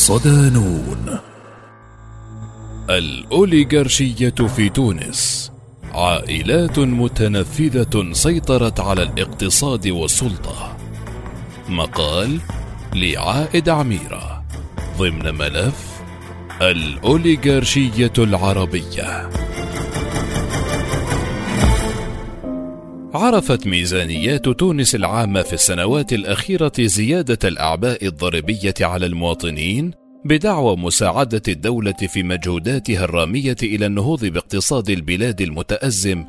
صدانون. الأوليغارشية في تونس عائلات متنفذة سيطرت على الاقتصاد والسلطة. مقال لعائد عميرة ضمن ملف الأوليغارشية العربية. عرفت ميزانيات تونس العامة في السنوات الأخيرة زيادة الأعباء الضريبية على المواطنين بدعوى مساعدة الدولة في مجهوداتها الرامية إلى النهوض باقتصاد البلاد المتأزم،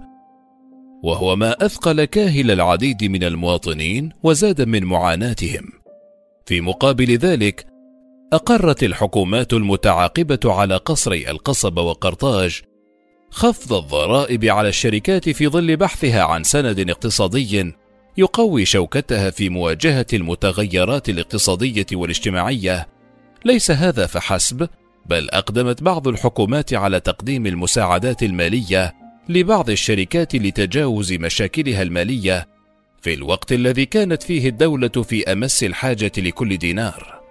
وهو ما أثقل كاهل العديد من المواطنين وزاد من معاناتهم. في مقابل ذلك، أقرت الحكومات المتعاقبة على قصري القصبة وقرطاج خفض الضرائب على الشركات في ظل بحثها عن سند اقتصادي يقوي شوكتها في مواجهة المتغيرات الاقتصادية والاجتماعية. ليس هذا فحسب، بل أقدمت بعض الحكومات على تقديم المساعدات المالية لبعض الشركات لتجاوز مشاكلها المالية في الوقت الذي كانت فيه الدولة في أمس الحاجة لكل دينار.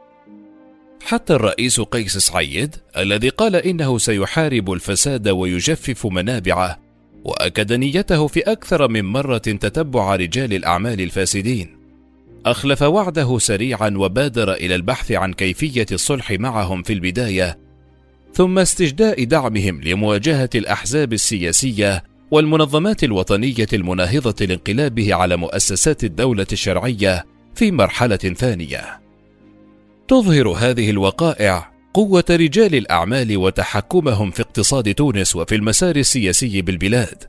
حتى الرئيس قيس سعيد الذي قال إنه سيحارب الفساد ويجفف منابعه، وأكد نيته في أكثر من مرة تتبع رجال الأعمال الفاسدين، أخلف وعده سريعا وبادر إلى البحث عن كيفية الصلح معهم في البداية، ثم استجداء دعمهم لمواجهة الأحزاب السياسية والمنظمات الوطنية المناهضة لانقلابه على مؤسسات الدولة الشرعية في مرحلة ثانية. تظهر هذه الوقائع قوة رجال الأعمال وتحكمهم في اقتصاد تونس وفي المسار السياسي بالبلاد،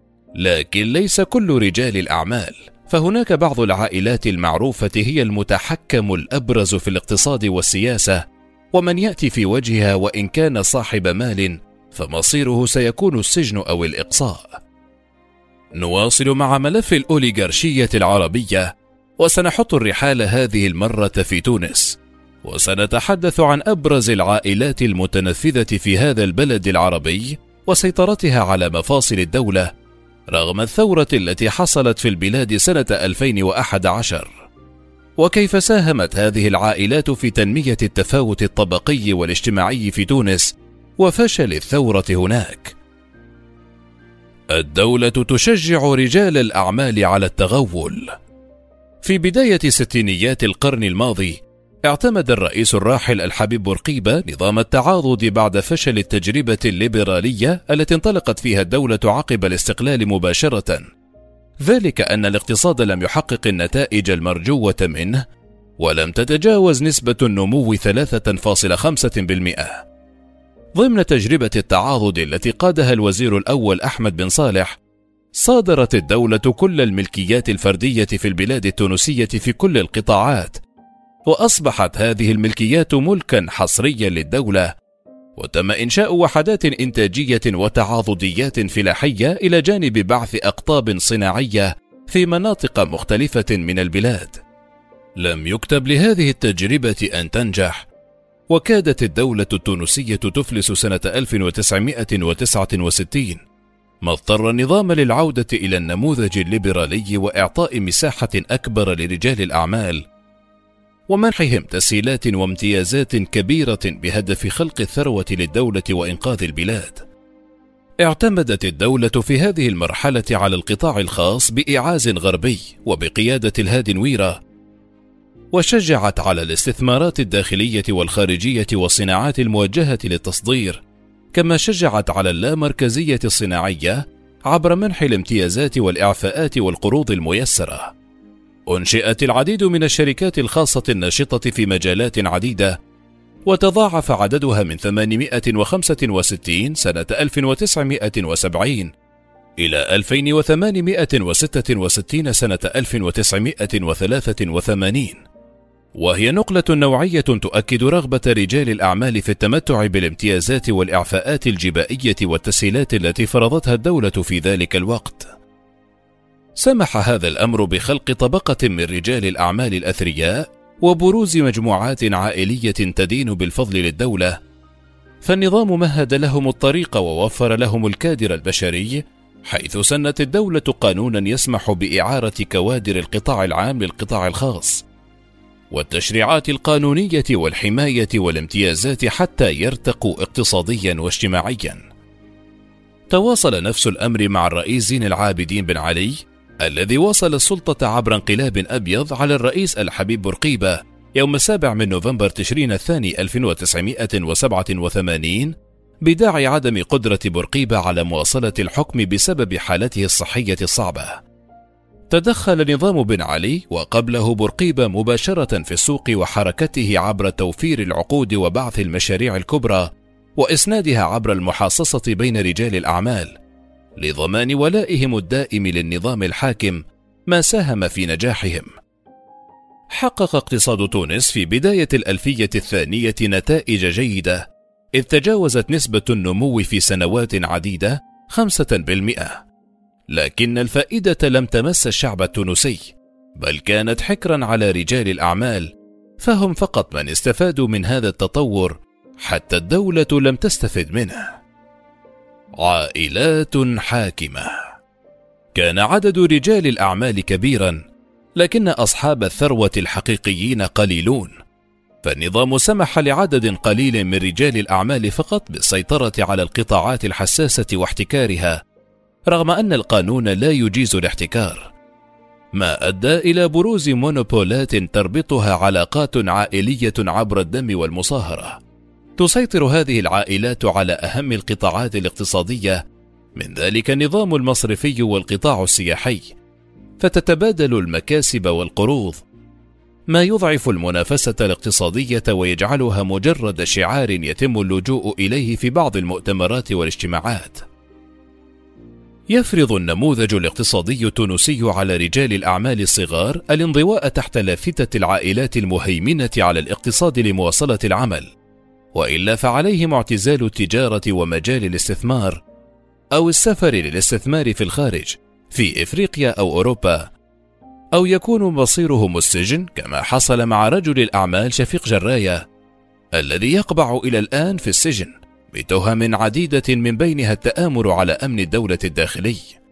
لكن ليس كل رجال الأعمال، فهناك بعض العائلات المعروفة هي المتحكم الأبرز في الاقتصاد والسياسة، ومن يأتي في وجهها وإن كان صاحب مال فمصيره سيكون السجن أو الإقصاء. نواصل مع ملف الأوليغارشية العربية، وسنحط الرحال هذه المرة في تونس، وسنتحدث عن أبرز العائلات المتنفذة في هذا البلد العربي وسيطرتها على مفاصل الدولة رغم الثورة التي حصلت في البلاد سنة 2011، وكيف ساهمت هذه العائلات في تنمية التفاوت الطبقي والاجتماعي في تونس وفشل الثورة هناك. الدولة تشجع رجال الأعمال على التغول. في بداية ستينيات القرن الماضي اعتمد الرئيس الراحل الحبيب بورقيبة نظام التعاضد بعد فشل التجربة الليبرالية التي انطلقت فيها الدولة عقب الاستقلال مباشرة، ذلك أن الاقتصاد لم يحقق النتائج المرجوة منه، ولم تتجاوز نسبة النمو 3.5%. ضمن تجربة التعاضد التي قادها الوزير الأول أحمد بن صالح، صادرت الدولة كل الملكيات الفردية في البلاد التونسية في كل القطاعات، وأصبحت هذه الملكيات ملكا حصريا للدولة، وتم إنشاء وحدات إنتاجية وتعاضديات فلاحية إلى جانب بعث أقطاب صناعية في مناطق مختلفة من البلاد. لم يكتب لهذه التجربة أن تنجح، وكادت الدولة التونسية تفلس سنة 1969، ما اضطر النظام للعودة إلى النموذج الليبرالي وإعطاء مساحة أكبر لرجال الأعمال ومنحهم تسهيلات وامتيازات كبيرة بهدف خلق الثروة للدولة وإنقاذ البلاد. اعتمدت الدولة في هذه المرحلة على القطاع الخاص بإعاز غربي وبقيادة الهادي نويرة، وشجعت على الاستثمارات الداخلية والخارجية والصناعات الموجهة للتصدير، كما شجعت على اللامركزية الصناعية عبر منح الامتيازات والإعفاءات والقروض الميسرة. أنشئت العديد من الشركات الخاصة الناشطة في مجالات عديدة، وتضاعف عددها من 865 سنة 1970 إلى 2866 سنة 1983، وهي نقلة نوعية تؤكد رغبة رجال الأعمال في التمتع بالامتيازات والإعفاءات الجبائية والتسهيلات التي فرضتها الدولة في ذلك الوقت. سمح هذا الأمر بخلق طبقة من رجال الأعمال الأثرياء وبروز مجموعات عائلية تدين بالفضل للدولة، فالنظام مهد لهم الطريق ووفر لهم الكادر البشري، حيث سنت الدولة قانونا يسمح بإعارة كوادر القطاع العام للقطاع الخاص، والتشريعات القانونية والحماية والامتيازات حتى يرتقوا اقتصاديا واجتماعيا. تواصل نفس الأمر مع الرئيس زين العابدين بن علي الذي وصل السلطة عبر انقلاب أبيض على الرئيس الحبيب بورقيبة يوم 7 من نوفمبر تشرين الثاني 1987 بداعي عدم قدرة بورقيبة على مواصلة الحكم بسبب حالته الصحية الصعبة. تدخل نظام بن علي وقبله بورقيبة مباشرة في السوق وحركته عبر توفير العقود وبعث المشاريع الكبرى وإسنادها عبر المحاصصة بين رجال الأعمال لضمان ولائهم الدائم للنظام الحاكم، ما ساهم في نجاحهم. حقق اقتصاد تونس في بداية الألفية الثانية نتائج جيدة، إذ تجاوزت نسبة النمو في سنوات عديدة 5%، لكن الفائدة لم تمس الشعب التونسي، بل كانت حكرا على رجال الأعمال، فهم فقط من استفادوا من هذا التطور، حتى الدولة لم تستفد منه. عائلات حاكمة. كان عدد رجال الأعمال كبيرا، لكن أصحاب الثروة الحقيقيين قليلون، فالنظام سمح لعدد قليل من رجال الأعمال فقط بالسيطرة على القطاعات الحساسة واحتكارها، رغم أن القانون لا يجيز الاحتكار، ما أدى إلى بروز مونوبولات تربطها علاقات عائلية عبر الدم والمصاهرة. تسيطر هذه العائلات على أهم القطاعات الاقتصادية، من ذلك النظام المصرفي والقطاع السياحي، فتتبادل المكاسب والقروض، ما يضعف المنافسة الاقتصادية ويجعلها مجرد شعار يتم اللجوء إليه في بعض المؤتمرات والاجتماعات. يفرض النموذج الاقتصادي التونسي على رجال الأعمال الصغار الانضواء تحت لافتة العائلات المهيمنة على الاقتصاد لمواصلة العمل، وإلا فعليهم اعتزال التجارة ومجال الاستثمار، أو السفر للاستثمار في الخارج في إفريقيا أو أوروبا، أو يكون مصيرهم السجن كما حصل مع رجل الأعمال شفيق جراية الذي يقبع إلى الآن في السجن بتهم عديدة من بينها التآمر على أمن الدولة الداخلي.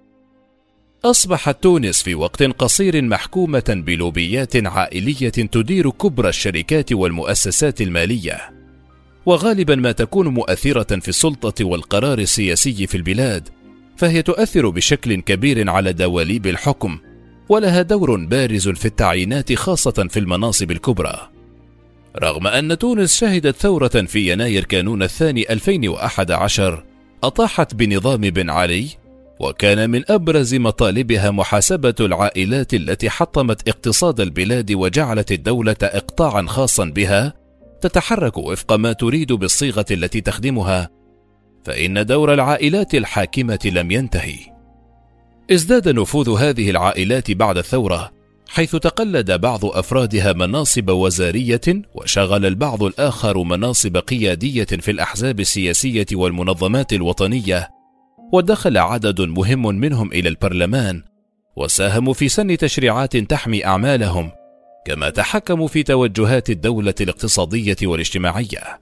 أصبحت تونس في وقت قصير محكومة بلوبيات عائلية تدير كبرى الشركات والمؤسسات المالية، وغالبا ما تكون مؤثرة في السلطة والقرار السياسي في البلاد، فهي تؤثر بشكل كبير على دواليب الحكم، ولها دور بارز في التعيينات خاصة في المناصب الكبرى. رغم أن تونس شهدت ثورة في يناير كانون الثاني 2011 أطاحت بنظام بن علي، وكان من أبرز مطالبها محاسبة العائلات التي حطمت اقتصاد البلاد وجعلت الدولة إقطاعا خاصا بها تتحرك وفق ما تريد بالصيغة التي تخدمها، فإن دور العائلات الحاكمة لم ينتهي. ازداد نفوذ هذه العائلات بعد الثورة، حيث تقلد بعض أفرادها مناصب وزارية، وشغل البعض الآخر مناصب قيادية في الأحزاب السياسية والمنظمات الوطنية، ودخل عدد مهم منهم إلى البرلمان، وساهموا في سن تشريعات تحمي أعمالهم، كما تحكموا في توجهات الدولة الاقتصادية والاجتماعية.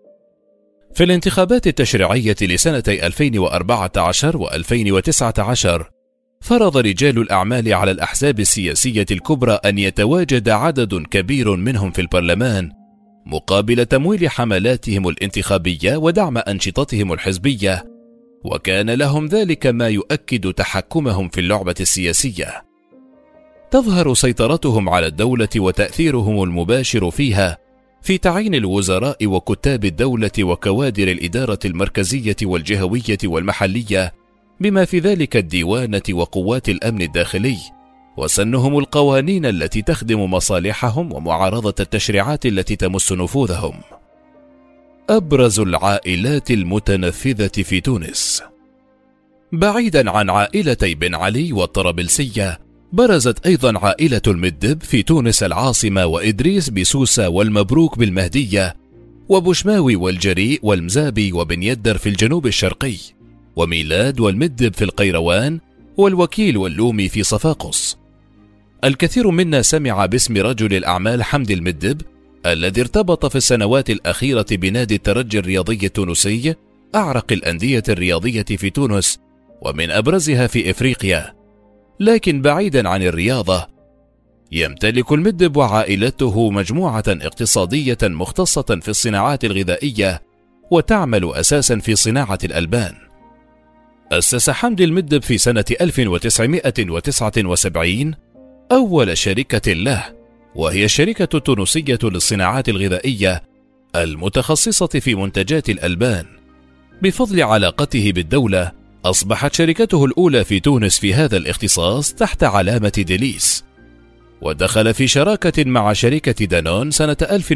في الانتخابات التشريعية لسنتي 2014 و2019 فرض رجال الأعمال على الأحزاب السياسية الكبرى أن يتواجد عدد كبير منهم في البرلمان مقابل تمويل حملاتهم الانتخابية ودعم أنشطتهم الحزبية، وكان لهم ذلك ما يؤكد تحكمهم في اللعبة السياسية. تظهر سيطرتهم على الدولة وتأثيرهم المباشر فيها في تعيين الوزراء وكتاب الدولة وكوادر الإدارة المركزية والجهوية والمحلية، بما في ذلك الديوانة وقوات الأمن الداخلي، وسنهم القوانين التي تخدم مصالحهم ومعارضة التشريعات التي تمس نفوذهم. أبرز العائلات المتنفذة في تونس. بعيدا عن عائلتي بن علي والطرابلسية، برزت أيضا عائلة المدب في تونس العاصمة، وإدريس بسوسة والمبروك بالمهدية، وبوشماوي والجريء والمزابي وبن يدر في الجنوب الشرقي، وميلاد والمدب في القيروان، والوكيل واللومي في صفاقس. الكثير منا سمع باسم رجل الأعمال حمدي المدب الذي ارتبط في السنوات الأخيرة بنادي الترجي الرياضي التونسي، أعرق الأندية الرياضية في تونس ومن أبرزها في إفريقيا. لكن بعيدا عن الرياضة، يمتلك المدب وعائلته مجموعة اقتصادية مختصة في الصناعات الغذائية وتعمل أساسا في صناعة الألبان. أسس حمدي المدب في سنة 1979 أول شركة له، وهي الشركة التونسية للصناعات الغذائية المتخصصة في منتجات الألبان. بفضل علاقته بالدولة أصبحت شركته الأولى في تونس في هذا الاختصاص تحت علامة ديليس، ودخل في شراكة مع شركة دانون سنة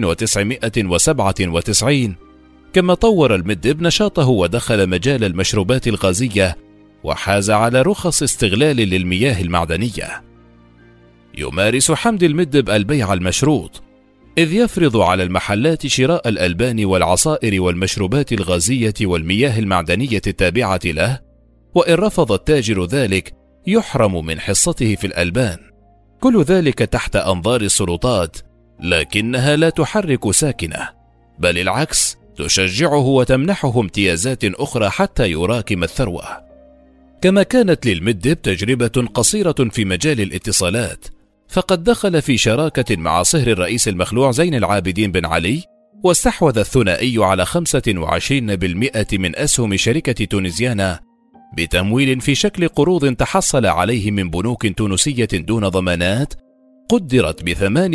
1997. كما طور المدب نشاطه ودخل مجال المشروبات الغازية وحاز على رخص استغلال للمياه المعدنية. يمارس حمدي المدب البيع المشروط، إذ يفرض على المحلات شراء الألبان والعصائر والمشروبات الغازية والمياه المعدنية التابعة له، وإن رفض التاجر ذلك يحرم من حصته في الألبان. كل ذلك تحت أنظار السلطات، لكنها لا تحرك ساكنة، بل العكس تشجعه وتمنحه امتيازات أخرى حتى يراكم الثروة. كما كانت للمدب تجربة قصيرة في مجال الاتصالات، فقد دخل في شراكة مع صهر الرئيس المخلوع زين العابدين بن علي، واستحوذ الثنائي على 25% من أسهم شركة تونيزيانا بتمويل في شكل قروض تحصل عليه من بنوك تونسية دون ضمانات قدرت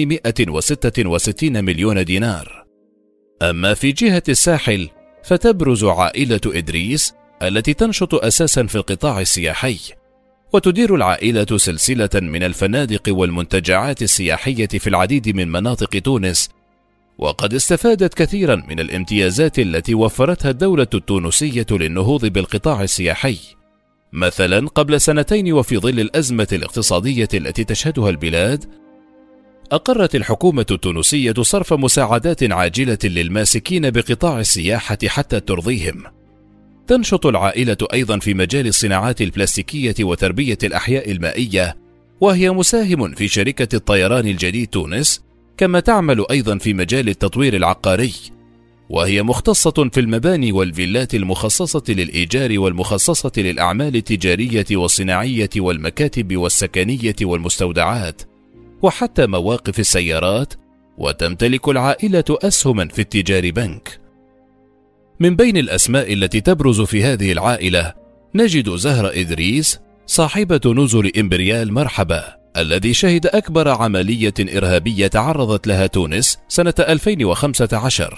ب866 مليون دينار. أما في جهة الساحل فتبرز عائلة إدريس التي تنشط أساسا في القطاع السياحي، وتدير العائلة سلسلة من الفنادق والمنتجعات السياحية في العديد من مناطق تونس، وقد استفادت كثيرا من الامتيازات التي وفرتها الدولة التونسية للنهوض بالقطاع السياحي. مثلا قبل 2 وفي ظل الأزمة الاقتصادية التي تشهدها البلاد، أقرت الحكومة التونسية صرف مساعدات عاجلة للماسكين بقطاع السياحة حتى ترضيهم. تنشط العائلة أيضا في مجال الصناعات البلاستيكية وتربية الأحياء المائية، وهي مساهم في شركة الطيران الجديد تونس، كما تعمل أيضا في مجال التطوير العقاري، وهي مختصة في المباني والفيلات المخصصة للإيجار والمخصصة للأعمال التجارية والصناعية والمكاتب والسكنية والمستودعات، وحتى مواقف السيارات، وتمتلك العائلة أسهما في التجار بنك. من بين الأسماء التي تبرز في هذه العائلة نجد زهرة إدريس صاحبة نزل إمبريال مرحبا الذي شهد أكبر عملية إرهابية تعرضت لها تونس سنة 2015،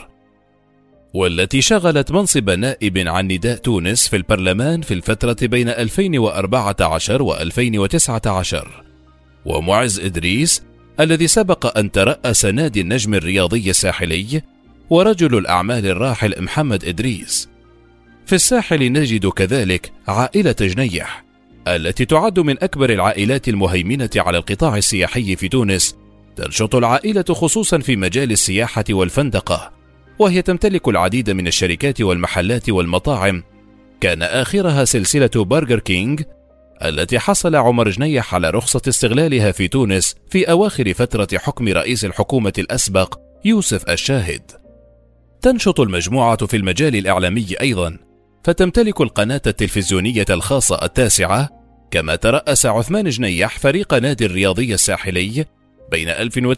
والتي شغلت منصب نائب عن نداء تونس في البرلمان في الفترة بين 2014 و2019. ومعز إدريس الذي سبق أن ترأس نادي النجم الرياضي الساحلي، ورجل الأعمال الراحل محمد إدريس. في الساحل نجد كذلك عائلة جنيح التي تعد من أكبر العائلات المهيمنة على القطاع السياحي في تونس. تنشط العائلة خصوصا في مجال السياحة والفندقة، وهي تمتلك العديد من الشركات والمحلات والمطاعم، كان آخرها سلسلة برجر كينج التي حصل عمر جنيح على رخصة استغلالها في تونس في أواخر فترة حكم رئيس الحكومة الأسبق يوسف الشاهد. تنشط المجموعة في المجال الإعلامي أيضا، فتمتلك القناة التلفزيونية الخاصة 9، كما ترأس عثمان جنيح فريق نادي الرياضي الساحلي بين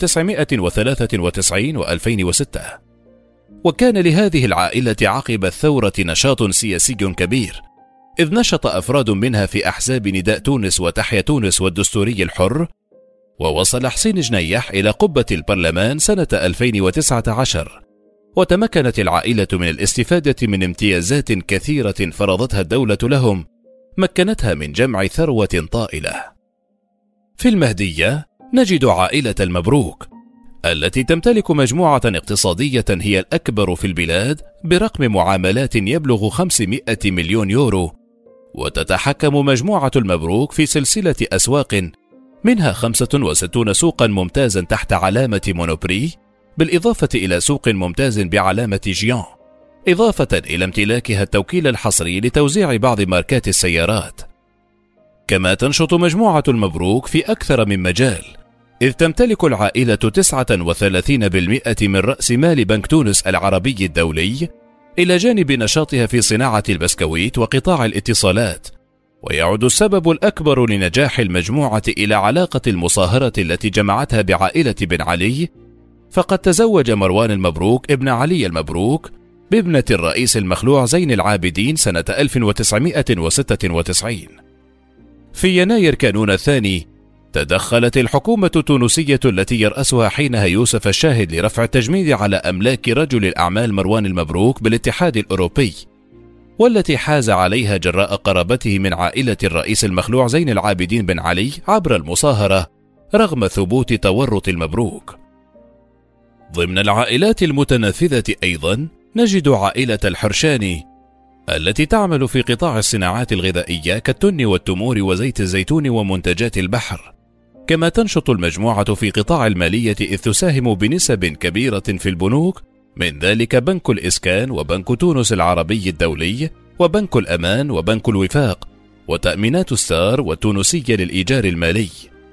1993 و2006. وكان لهذه العائلة عقب الثورة نشاط سياسي كبير، إذ نشط أفراد منها في أحزاب نداء تونس وتحيا تونس والدستوري الحر، ووصل حسين جنيح إلى قبة البرلمان سنة 2019. وتمكنت العائلة من الاستفادة من امتيازات كثيرة فرضتها الدولة لهم، مكنتها من جمع ثروة طائلة. في المهدية نجد عائلة المبروك التي تمتلك مجموعة اقتصادية هي الأكبر في البلاد برقم معاملات يبلغ 500 مليون يورو، وتتحكم مجموعة المبروك في سلسلة أسواق، منها 65 سوقا ممتازا تحت علامة مونوبري، بالإضافة إلى سوق ممتاز بعلامة جيان، إضافة إلى امتلاكها التوكيل الحصري لتوزيع بعض ماركات السيارات. كما تنشط مجموعة المبروك في أكثر من مجال، إذ تمتلك العائلة 39% من رأس مال بنك تونس العربي الدولي، إلى جانب نشاطها في صناعة البسكويت وقطاع الاتصالات، ويعود السبب الأكبر لنجاح المجموعة إلى علاقة المصاهرة التي جمعتها بعائلة بن علي، فقد تزوج مروان المبروك ابن علي المبروك بابنة الرئيس المخلوع زين العابدين سنة 1996. في يناير كانون الثاني تدخلت الحكومة التونسية التي يرأسها حينها يوسف الشاهد لرفع التجميد على أملاك رجل الأعمال مروان المبروك بالاتحاد الأوروبي، والتي حاز عليها جراء قرابته من عائلة الرئيس المخلوع زين العابدين بن علي عبر المصاهرة رغم ثبوت تورط المبروك. ضمن العائلات المتنافذة أيضا نجد عائلة الحرشاني التي تعمل في قطاع الصناعات الغذائية كالتن والتمور وزيت الزيتون ومنتجات البحر، كما تنشط المجموعة في قطاع المالية إذ تساهم بنسب كبيرة في البنوك، من ذلك بنك الإسكان وبنك تونس العربي الدولي وبنك الأمان وبنك الوفاق وتأمينات ستار والتونسية للإيجار المالي.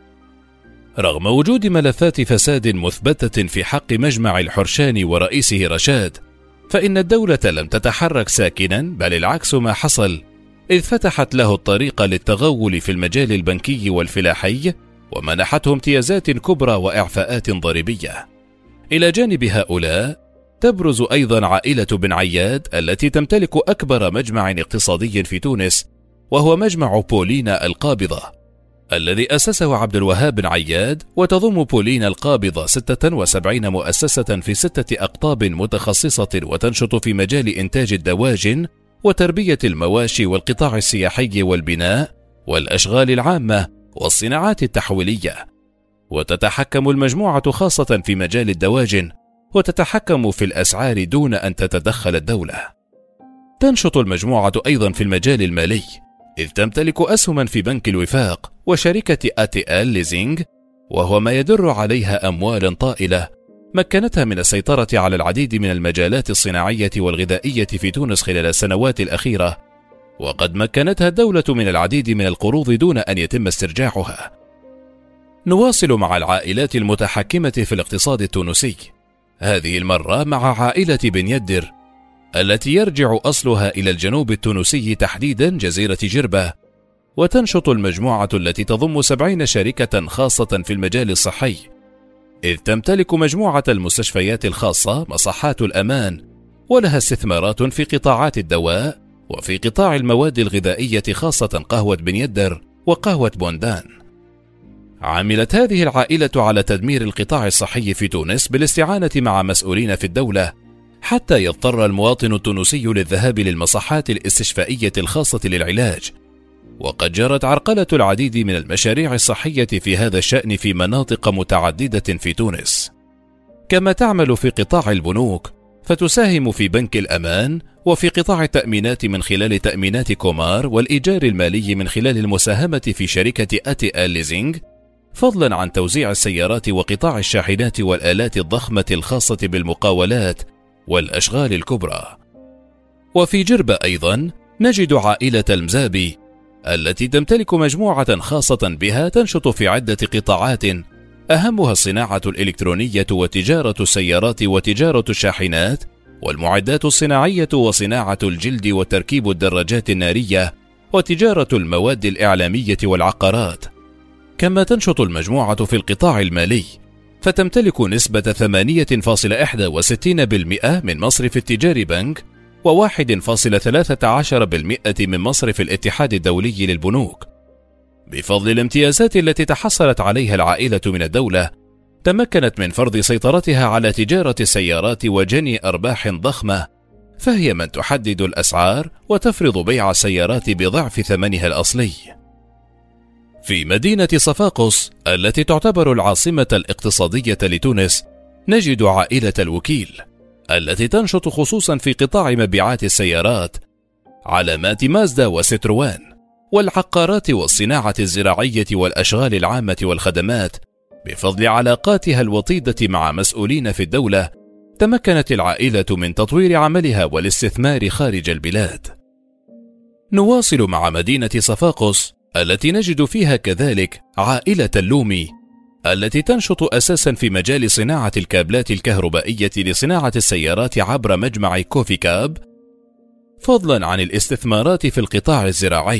رغم وجود ملفات فساد مثبتة في حق مجمع الحرشاني ورئيسه رشاد، فإن الدولة لم تتحرك ساكنا، بل العكس ما حصل، إذ فتحت له الطريق للتغول في المجال البنكي والفلاحي ومنحته امتيازات كبرى وإعفاءات ضريبية. إلى جانب هؤلاء تبرز أيضا عائلة بن عياد التي تمتلك أكبر مجمع اقتصادي في تونس، وهو مجمع بولينا القابضة الذي أسسه عبد الوهاب بن عياد، وتضم بولينا القابضة 76 مؤسسة في 6 أقطاب متخصصة وتنشط في مجال إنتاج الدواجن وتربية المواشي والقطاع السياحي والبناء والأشغال العامة والصناعات التحويلية. وتتحكم المجموعة خاصة في مجال الدواجن، وتتحكم في الأسعار دون أن تتدخل الدولة. تنشط المجموعة أيضا في المجال المالي، إذ تمتلك أسهما في بنك الوفاق وشركة ATL ليزينج، وهو ما يدر عليها أموال طائلة مكنتها من السيطرة على العديد من المجالات الصناعية والغذائية في تونس خلال السنوات الأخيرة، وقد مكنتها الدولة من العديد من القروض دون أن يتم استرجاعها. نواصل مع العائلات المتحكمة في الاقتصاد التونسي، هذه المرة مع عائلة بن يدر التي يرجع أصلها إلى الجنوب التونسي، تحديدا جزيرة جربة. وتنشط المجموعة التي تضم 70 شركة خاصة في المجال الصحي، إذ تمتلك مجموعة المستشفيات الخاصة مصحات الأمان، ولها استثمارات في قطاعات الدواء وفي قطاع المواد الغذائية خاصة قهوة بن يدر وقهوة بوندان. عملت هذه العائلة على تدمير القطاع الصحي في تونس بالاستعانة مع مسؤولين في الدولة، حتى يضطر المواطن التونسي للذهاب للمصحات الاستشفائية الخاصة للعلاج. وقد جرت عرقلة العديد من المشاريع الصحية في هذا الشأن في مناطق متعددة في تونس. كما تعمل في قطاع البنوك، فتساهم في بنك الأمان وفي قطاع التأمينات من خلال تأمينات كومار، والإيجار المالي من خلال المساهمة في شركة ATL ليزينج، فضلا عن توزيع السيارات وقطاع الشاحنات والآلات الضخمة الخاصة بالمقاولات والأشغال الكبرى. وفي جربة أيضا نجد عائلة المزابي التي تمتلك مجموعة خاصة بها تنشط في عدة قطاعات، أهمها الصناعة الإلكترونية وتجارة السيارات وتجارة الشاحنات والمعدات الصناعية وصناعة الجلد وتركيب الدراجات النارية وتجارة المواد الإعلامية والعقارات. كما تنشط المجموعة في القطاع المالي، فتمتلك نسبة 8.61% من مصرف التجاري بنك، و1.13% من مصرف الاتحاد الدولي للبنوك. بفضل الامتيازات التي تحصلت عليها العائلة من الدولة، تمكنت من فرض سيطرتها على تجارة السيارات وجني أرباح ضخمة، فهي من تحدد الأسعار وتفرض بيع السيارات بضعف ثمنها الأصلي. في مدينة صفاقس التي تعتبر العاصمة الاقتصادية لتونس، نجد عائلة الوكيل التي تنشط خصوصا في قطاع مبيعات السيارات، علامات مازدا وستروان، والعقارات والصناعة الزراعية والأشغال العامة والخدمات. بفضل علاقاتها الوطيدة مع مسؤولين في الدولة، تمكنت العائلة من تطوير عملها والاستثمار خارج البلاد. نواصل مع مدينة صفاقس التي نجد فيها كذلك عائلة اللومي التي تنشط أساسا في مجال صناعة الكابلات الكهربائية لصناعة السيارات عبر مجمع كوفي كاب، فضلا عن الاستثمارات في القطاع الزراعي.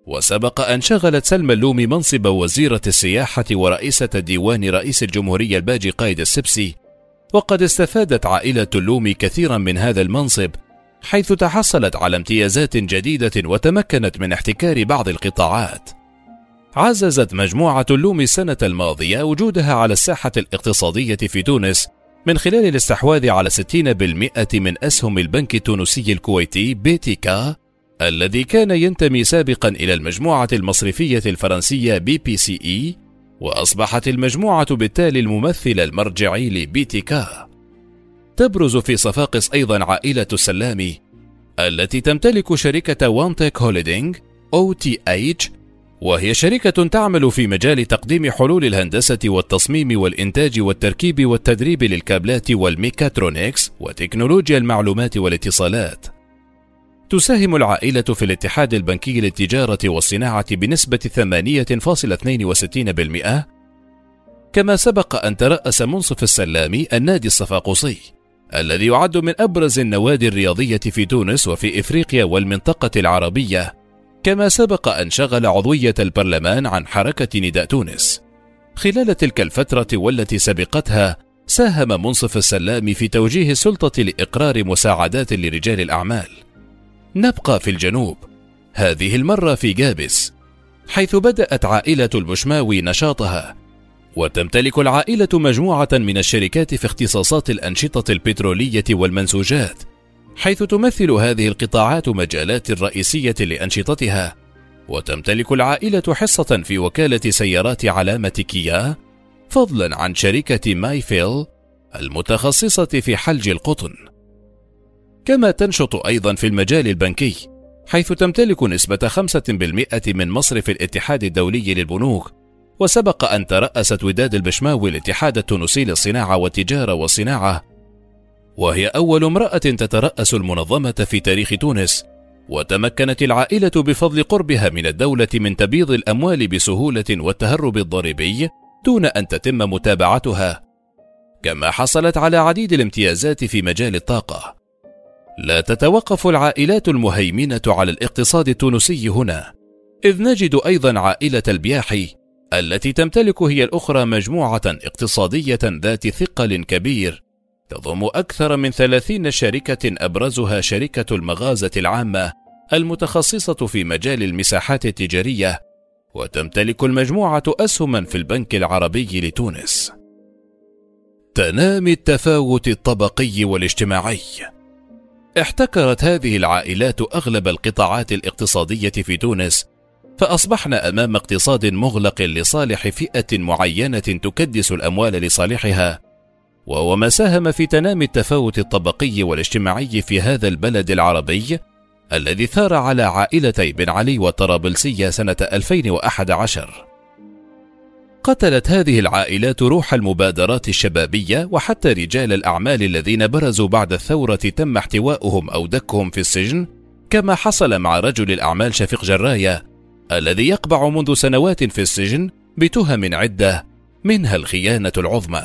وسبق أن شغلت سلمى اللومي منصب وزيرة السياحة ورئيسة ديوان رئيس الجمهورية الباجي قايد السبسي، وقد استفادت عائلة اللومي كثيرا من هذا المنصب، حيث تحصلت على امتيازات جديدة وتمكنت من احتكار بعض القطاعات. عززت مجموعة اللومي السنة الماضية وجودها على الساحة الاقتصادية في تونس من خلال الاستحواذ على 60% من أسهم البنك التونسي الكويتي BTK الذي كان ينتمي سابقا إلى المجموعة المصرفية الفرنسية BPCE، وأصبحت المجموعة بالتالي الممثل المرجعي لBTK. تبرز في صفاقس أيضا عائلة السلامي التي تمتلك شركة وانتك هوليدينج OTH، وهي شركة تعمل في مجال تقديم حلول الهندسة والتصميم والإنتاج والتركيب والتدريب للكابلات والميكاترونيكس وتكنولوجيا المعلومات والاتصالات. تساهم العائلة في الاتحاد البنكي للتجارة والصناعة بنسبة 8.62%، كما سبق أن ترأس منصف السلامي النادي الصفاقسي الذي يعد من أبرز النوادي الرياضية في تونس وفي إفريقيا والمنطقة العربية، كما سبق أن شغل عضوية البرلمان عن حركة نداء تونس. خلال تلك الفترة والتي سبقتها ساهم منصف السلامي في توجيه السلطة لإقرار مساعدات لرجال الأعمال. نبقى في الجنوب، هذه المرة في جابس، حيث بدأت عائلة البشماوي نشاطها، وتمتلك العائلة مجموعة من الشركات في اختصاصات الأنشطة البترولية والمنسوجات، حيث تمثل هذه القطاعات مجالات رئيسية لأنشطتها. وتمتلك العائلة حصة في وكالة سيارات علامة كيا، فضلا عن شركة مايفيل المتخصصة في حلج القطن. كما تنشط أيضا في المجال البنكي، حيث تمتلك نسبة 5% من مصرف الاتحاد الدولي للبنوك، وسبق أن ترأست وداد البشماوي الاتحاد التونسي للصناعة والتجارة والصناعة، وهي أول امرأة تترأس المنظمة في تاريخ تونس. وتمكنت العائلة بفضل قربها من الدولة من تبييض الأموال بسهولة والتهرب الضريبي دون أن تتم متابعتها، كما حصلت على عديد الامتيازات في مجال الطاقة. لا تتوقف العائلات المهيمنة على الاقتصاد التونسي هنا، إذ نجد أيضا عائلة البياحي التي تمتلك هي الأخرى مجموعة اقتصادية ذات ثقل كبير تضم أكثر من 30 شركة، أبرزها شركة المغازة العامة المتخصصة في مجال المساحات التجارية، وتمتلك المجموعة أسهما في البنك العربي لتونس. تنامي التفاوت الطبقي والاجتماعي. احتكرت هذه العائلات أغلب القطاعات الاقتصادية في تونس، فأصبحنا أمام اقتصاد مغلق لصالح فئة معينة تكدس الأموال لصالحها، وهو ما ساهم في تنامي التفاوت الطبقي والاجتماعي في هذا البلد العربي الذي ثار على عائلتي بن علي والطرابلسية سنة 2011. قتلت هذه العائلات روح المبادرات الشبابية، وحتى رجال الأعمال الذين برزوا بعد الثورة تم احتواؤهم أو دكهم في السجن، كما حصل مع رجل الأعمال شفيق جراية الذي يقبع منذ سنوات في السجن بتهم عدة منها الخيانة العظمى.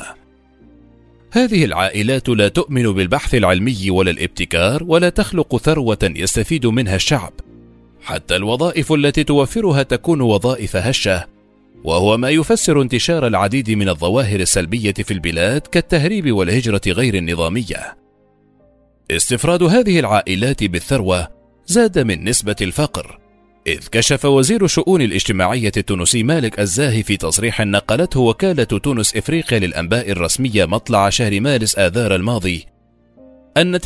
هذه العائلات لا تؤمن بالبحث العلمي ولا الابتكار، ولا تخلق ثروة يستفيد منها الشعب. حتى الوظائف التي توفرها تكون وظائف هشة، وهو ما يفسر انتشار العديد من الظواهر السلبية في البلاد كالتهريب والهجرة غير النظامية. استفراد هذه العائلات بالثروة زاد من نسبة الفقر، إذ كشف وزير الشؤون الاجتماعية التونسي مالك الزاهي في تصريح نقلته وكالة تونس إفريقيا للأنباء الرسمية مطلع شهر مارس آذار الماضي أن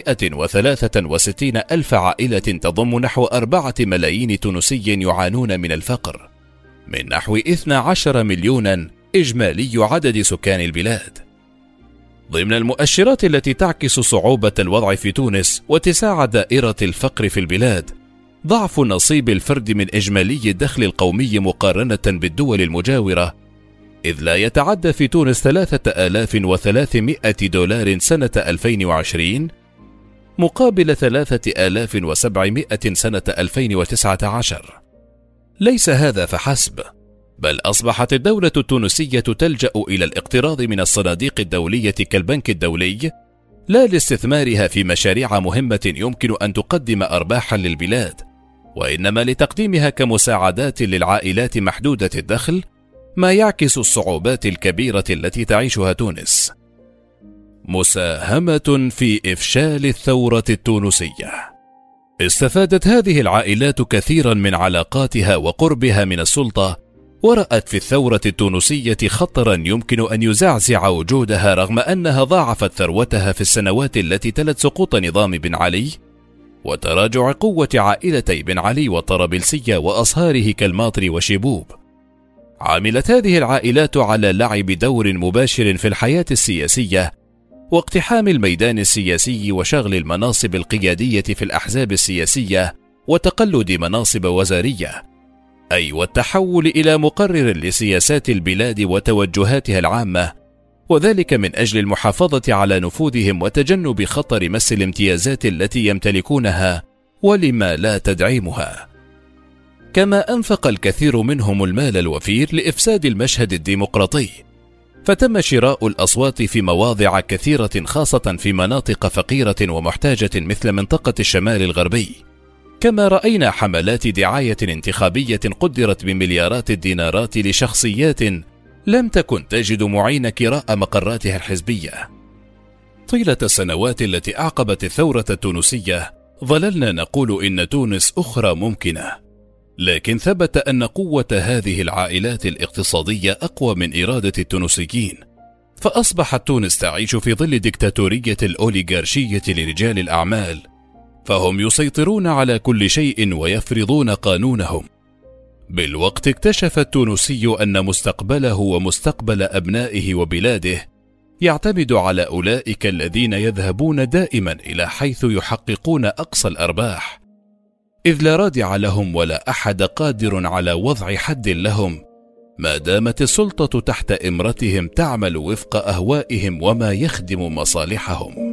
963 ألف عائلة تضم نحو 4 ملايين تونسي يعانون من الفقر، من نحو 12 مليونا إجمالي عدد سكان البلاد. ضمن المؤشرات التي تعكس صعوبة الوضع في تونس واتساع دائرة الفقر في البلاد ضعف نصيب الفرد من إجمالي الدخل القومي مقارنة بالدول المجاورة، إذ لا يتعدى في تونس 3300 دولار سنة 2020 مقابل 3700 سنة 2019. ليس هذا فحسب، بل أصبحت الدولة التونسية تلجأ إلى الاقتراض من الصناديق الدولية كالبنك الدولي، لا لاستثمارها في مشاريع مهمة يمكن أن تقدم أرباحا للبلاد، وإنما لتقديمها كمساعدات للعائلات محدودة الدخل، ما يعكس الصعوبات الكبيرة التي تعيشها تونس. مساهمة في إفشال الثورة التونسية. استفادت هذه العائلات كثيرا من علاقاتها وقربها من السلطة، ورأت في الثورة التونسية خطرا يمكن أن يزعزع وجودها، رغم أنها ضاعفت ثروتها في السنوات التي تلت سقوط نظام بن علي وتراجع قوة عائلتي بن علي والطرابلسية وأصهاره كالماطري وشيبوب. عملت هذه العائلات على لعب دور مباشر في الحياة السياسية واقتحام الميدان السياسي وشغل المناصب القيادية في الأحزاب السياسية وتقلد مناصب وزارية، أي والتحول إلى مقرر لسياسات البلاد وتوجهاتها العامة، وذلك من أجل المحافظة على نفوذهم وتجنب خطر مس الامتيازات التي يمتلكونها ولما لا تدعيمها. كما أنفق الكثير منهم المال الوفير لإفساد المشهد الديمقراطي، فتم شراء الأصوات في مواضع كثيرة خاصة في مناطق فقيرة ومحتاجة مثل منطقة الشمال الغربي. كما رأينا حملات دعاية انتخابية قدرت بمليارات الدينارات لشخصيات لم تكن تجد معين كراء مقراتها الحزبية. طيلة السنوات التي أعقبت الثورة التونسية ظللنا نقول إن تونس أخرى ممكنة، لكن ثبت أن قوة هذه العائلات الاقتصادية أقوى من إرادة التونسيين، فأصبحت تونس تعيش في ظل ديكتاتورية الأوليغارشية لرجال الأعمال، فهم يسيطرون على كل شيء ويفرضون قانونهم. بالوقت اكتشف التونسي أن مستقبله ومستقبل أبنائه وبلاده يعتمد على أولئك الذين يذهبون دائما إلى حيث يحققون أقصى الأرباح، إذ لا رادع لهم ولا أحد قادر على وضع حد لهم ما دامت السلطة تحت إمرتهم تعمل وفق أهوائهم وما يخدم مصالحهم.